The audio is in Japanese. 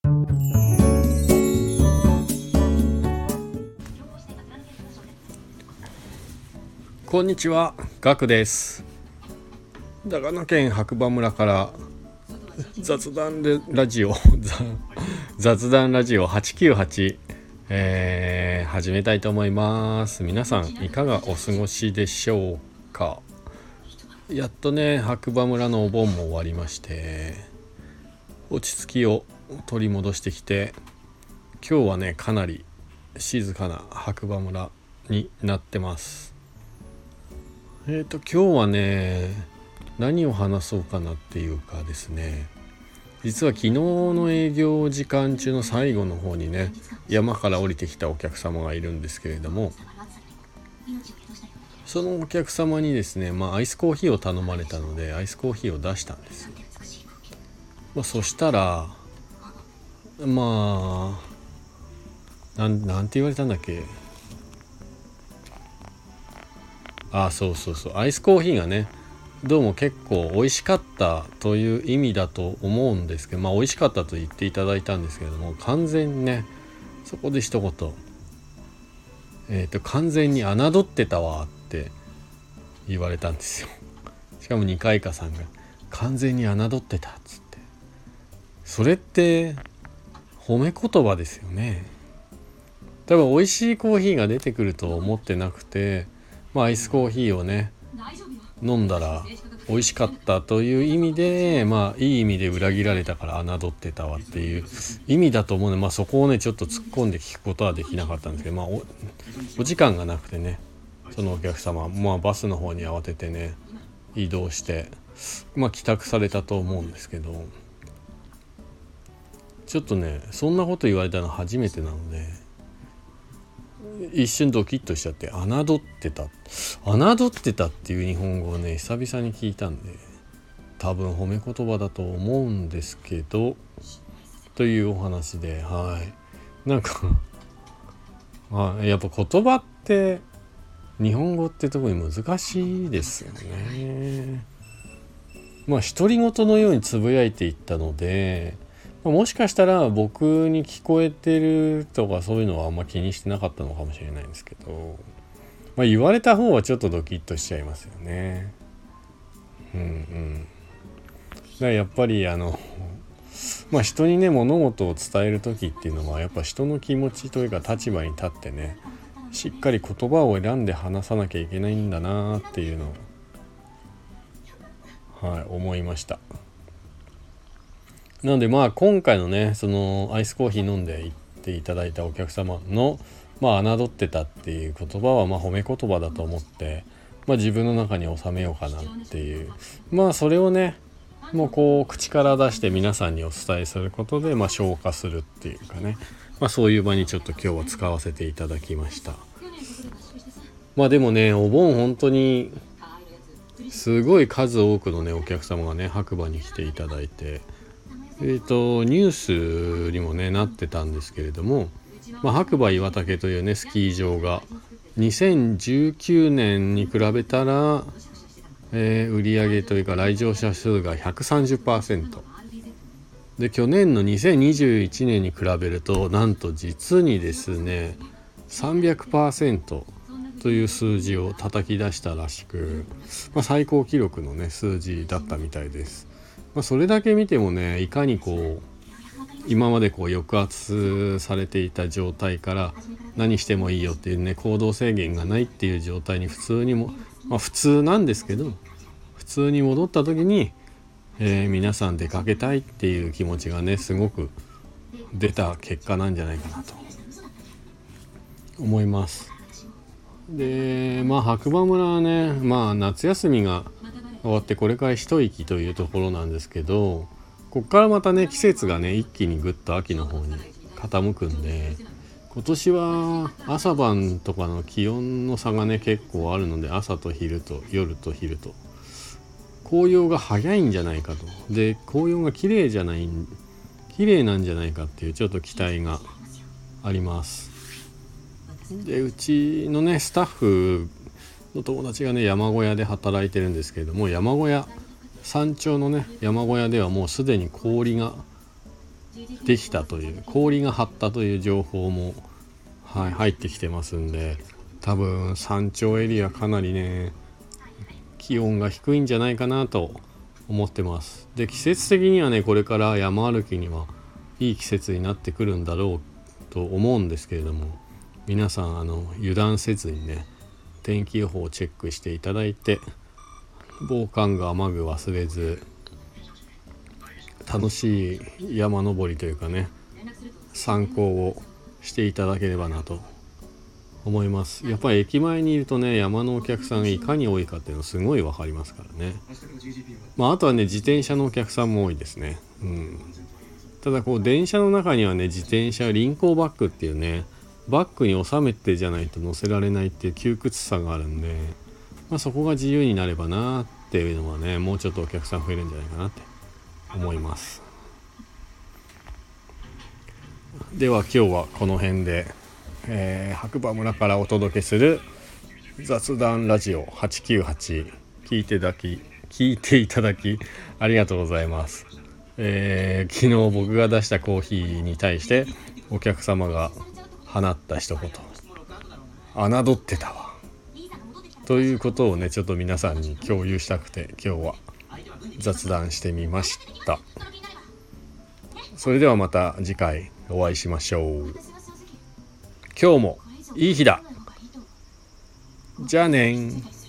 こんにちは、ガクです。長野県白馬村から雑談ラジオ898、始めたいと思います。皆さんいかがお過ごしでしょうか。やっとね、白馬村のお盆も終わりまして、落ち着きを取り戻してきて、今日はねかなり静かな白馬村になってます。今日はね、何を話そうかなっていうかですね、実は昨日の営業時間中の最後の方にね、山から降りてきたお客様がいるんですけれども、そのお客様にですね、アイスコーヒーを頼まれたのでアイスコーヒーを出したんですよ。そしたらなんて言われたんだっけ。そうアイスコーヒーがね、どうも結構美味しかったという意味だと思うんですけど、美味しかったと言っていただいたんですけれども、完全にね、そこで一言完全に侮ってたわって言われたんですよ。しかも2回か3回完全に侮ってたっつって、それって褒め言葉ですよね。多分美味しいコーヒーが出てくると思ってなくて、アイスコーヒーをね飲んだら美味しかったという意味で、いい意味で裏切られたから侮ってたわっていう意味だと思うので、そこをねちょっと突っ込んで聞くことはできなかったんですけど、お時間がなくてね、そのお客様、バスの方に慌ててね移動して、帰宅されたと思うんですけど、ちょっとねそんなこと言われたの初めてなので、一瞬ドキッとしちゃって、侮ってたっていう日本語をね久々に聞いたんで、多分褒め言葉だと思うんですけど、というお話で、なんかやっぱ言葉って日本語って特に難しいですよね。独り言のようにつぶやいていったので、もしかしたら僕に聞こえてるとかそういうのはあんま気にしてなかったのかもしれないんですけど、言われた方はちょっとドキッとしちゃいますよね。だからやっぱり人にね物事を伝える時っていうのは、やっぱ人の気持ちというか立場に立ってね、しっかり言葉を選んで話さなきゃいけないんだなっていうのを思いました。なので今回のね、そのアイスコーヒー飲んでいっていただいたお客様の侮ってたっていう言葉は褒め言葉だと思って、自分の中に収めようかなっていう、それをねもうこう口から出して皆さんにお伝えすることで消化するっていうかね、そういう場にちょっと今日は使わせていただきました。でもね、お盆本当にすごい数多くのねお客様がね白馬に来ていただいて、ニュースにもねなってたんですけれども、白馬岩岳というねスキー場が2019年に比べたら、売上というか来場者数が 130% で、去年の2021年に比べるとなんと実にですね 300% という数字を叩き出したらしく、最高記録のね数字だったみたいです。それだけ見てもね、いかに今まで抑圧されていた状態から何してもいいよっていうね行動制限がないっていう状態に普通にも、普通なんですけど普通に戻った時に、皆さん出かけたいっていう気持ちがねすごく出た結果なんじゃないかなと思います。で白馬村はね、夏休みが終わってこれから一息というところなんですけど、こっからまたね季節がね一気にぐっと秋の方に傾くんで、今年は朝晩とかの気温の差がね結構あるので、朝と昼と夜と昼と紅葉が早いんじゃないかと、で紅葉が綺麗なんじゃないかっていうちょっと期待があります。でうちのねスタッフの友達がね山小屋で働いてるんですけれども、山頂のね山小屋ではもうすでに氷ができたという、氷が張ったという情報も、入ってきてますんで、多分山頂エリアかなりね気温が低いんじゃないかなと思ってます。で、季節的にはねこれから山歩きにはいい季節になってくるんだろうと思うんですけれども、皆さん油断せずにね天気予報をチェックしていただいて、防寒具雨具忘れず、楽しい山登りというかね参考をしていただければなと思います。やっぱり駅前にいるとね山のお客さんがいかに多いかっていうのすごい分かりますからね。あとはね自転車のお客さんも多いですね。ただ電車の中にはね自転車輪行バッグっていうねバッグに収めてじゃないと乗せられないっていう窮屈さがあるんで、そこが自由になればなっていうのはねもうちょっとお客さん増えるんじゃないかなって思います。では今日はこの辺で、白馬村からお届けする雑談ラジオ898聞いていただきありがとうございます。昨日僕が出したコーヒーに対してお客様が放った一言、侮ってたわということをねちょっと皆さんに共有したくて今日は雑談してみました。それではまた次回お会いしましょう。今日もいい日だ。じゃあね。